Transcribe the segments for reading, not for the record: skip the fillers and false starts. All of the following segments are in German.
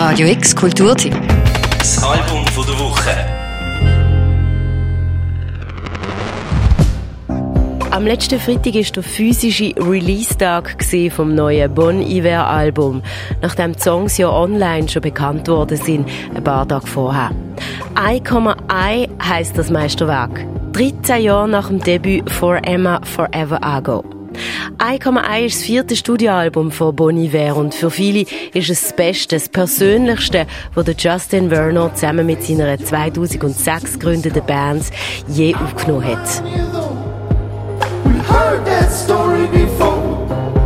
Radio X Kulturtipp. Das Album von der Woche. Am letzten Freitag war der physische Release-Tag vom neuen Bon Iver-Album, nachdem die Songs ja online schon bekannt worden sind, ein paar Tage vorher. I, heisst das Meisterwerk. 13 Jahre nach dem Debüt For Emma Forever Ago. I ist das 4. Studioalbum von Bon Iver und für viele ist es das Beste, das Persönlichste, das Justin Vernon zusammen mit seiner 2006 gegründeten Band je aufgenommen hat. Heard that story before.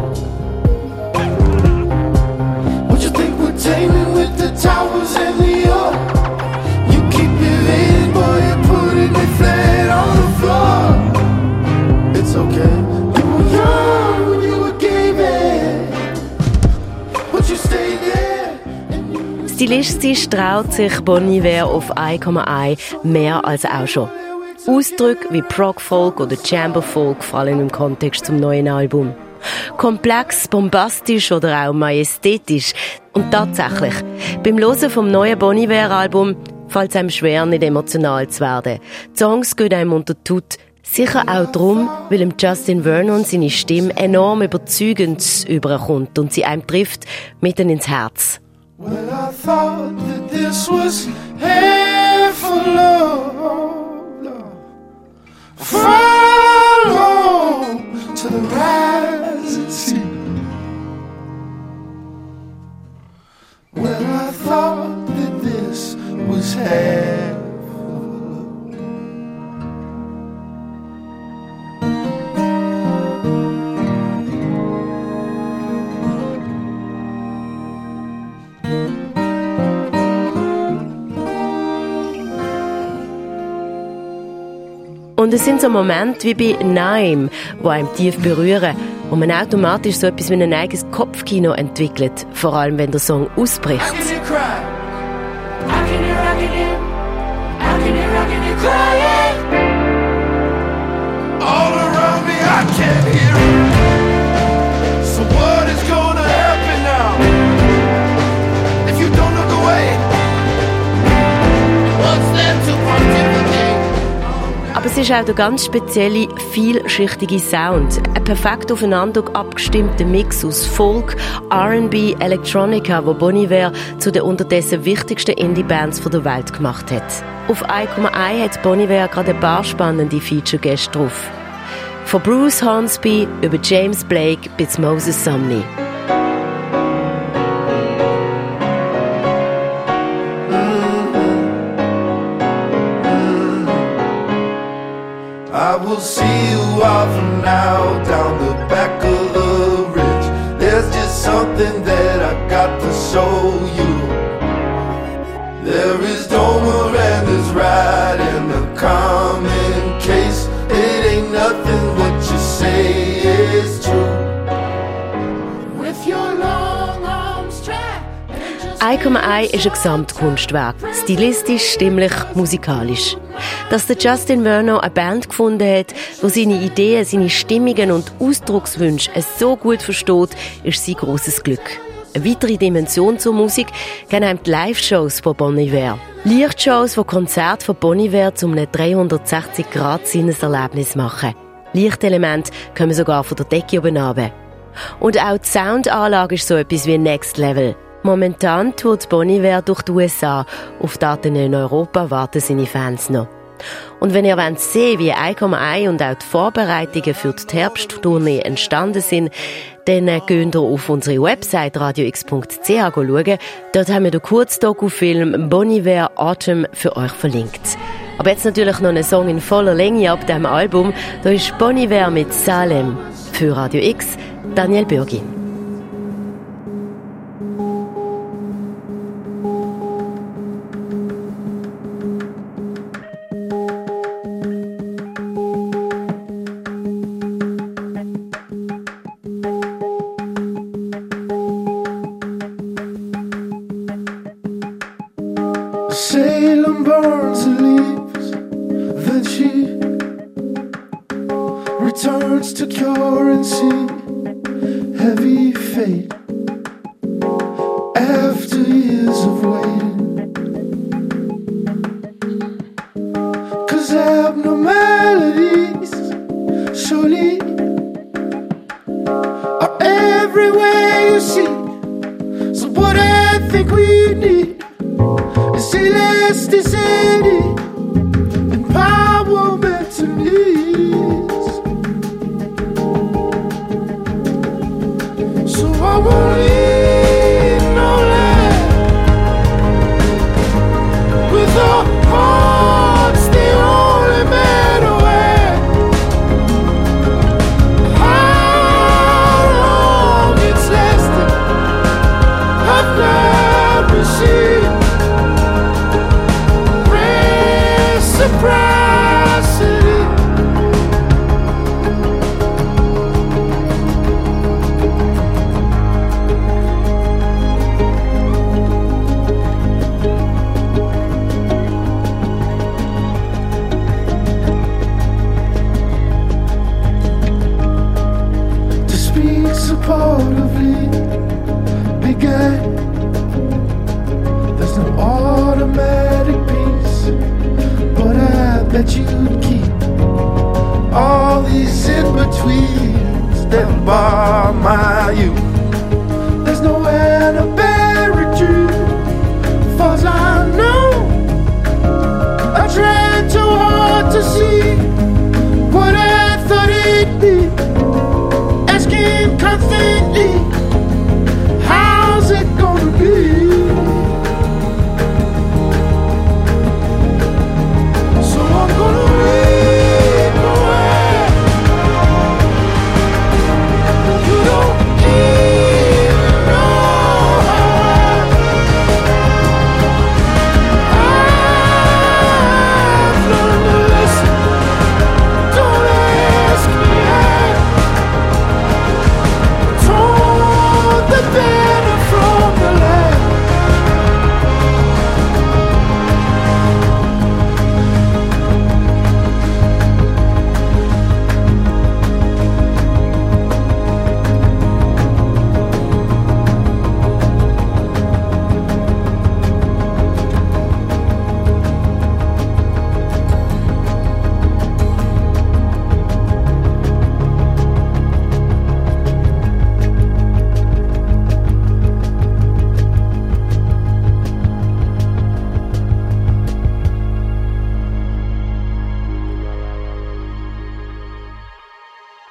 What you think we're taming with the towers and the earth? You keep it in, boy, you're putting it flat on the floor. It's okay. You were young when you were gaming, but you stayed there. Stilistisch traut sich Bon Iver auf I mehr als auch schon. Ausdrücke wie Prog-Folk oder Chamber-Folk fallen im Kontext zum neuen Album. Komplex, bombastisch oder auch majestätisch. Und tatsächlich, beim Hören vom neuen Bon Iver-Album fällt es einem schwer, nicht emotional zu werden. Die Songs gehen einem unter die Haut. Sicher auch darum, weil ihm Justin Vernon seine Stimme enorm überzeugend überkommt und sie einem trifft mitten ins Herz. Well, I thought that this was half for love. Follow to the rising sea. Well, I thought that this was half of love. Und es sind so Momente wie bei Naim, die einem tief berühren, wo man automatisch so etwas wie ein eigenes Kopfkino entwickelt, vor allem wenn der Song ausbricht. Aber es ist auch der ganz spezielle, vielschichtige Sound. Ein perfekt aufeinander abgestimmter Mix aus Folk, R&B, Electronica, wo Bon Iver zu den unterdessen wichtigsten Indie-Bands der Welt gemacht hat. Auf I hat Bon Iver gerade ein paar spannende Feature-Gäste drauf. Von Bruce Hornsby über James Blake bis Moses Sumney. I will see you off now down the back of the ridge. There's just something that I got to show you. There is Domer and there's right in the common case. It ain't nothing what you say is true. With your long arms trapped. I ist ein Gesamtkunstwerk, stilistisch, stimmlich, musikalisch. Dass der Justin Vernon eine Band gefunden hat, die seine Ideen, seine Stimmungen und Ausdruckswünsche so gut versteht, ist sein grosses Glück. Eine weitere Dimension zur Musik geben einem die Live-Shows von Bon Iver. Lichtshows, die Konzerte von Bon Iver zu einem 360-Grad-Sinneserlebnis machen. Lichtelemente kommen sogar von der Decke oben runter. Und auch die Soundanlage ist so etwas wie Next Level. Momentan tourt Bon Iver durch die USA. Auf Daten in Europa warten seine Fans noch. Und wenn ihr sehen wollt, wie I und auch die Vorbereitungen für die Herbsttournee entstanden sind, dann geht ihr auf unsere Website radiox.ch schauen. Dort haben wir den Kurzdokufilm Bon Iver Autumn für euch verlinkt. Aber jetzt natürlich noch ein Song in voller Länge ab diesem Album. Da ist Bon Iver mit Salem. Für Radio X, Daniel Bürgin. Salem burns and leaves, then she returns to cure and see heavy fate after years of I think we need is elasticity, empowerment to needs. So I won't leave no land with our hearts, they only matter where. How long it's lasted, I've never seen. Reciprocity. To speak supportively began. There's no automatic peace, but I bet you'd keep all these in-betweens that bar my youth. There's no antibaric tree, far as I know. I tried too hard to see what I thought it'd be, asking constantly, how's it gonna be?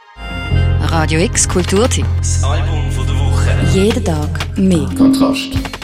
Radio X Kulturtipp. Das Album von der Woche. Jeden Tag mehr. Kontrast.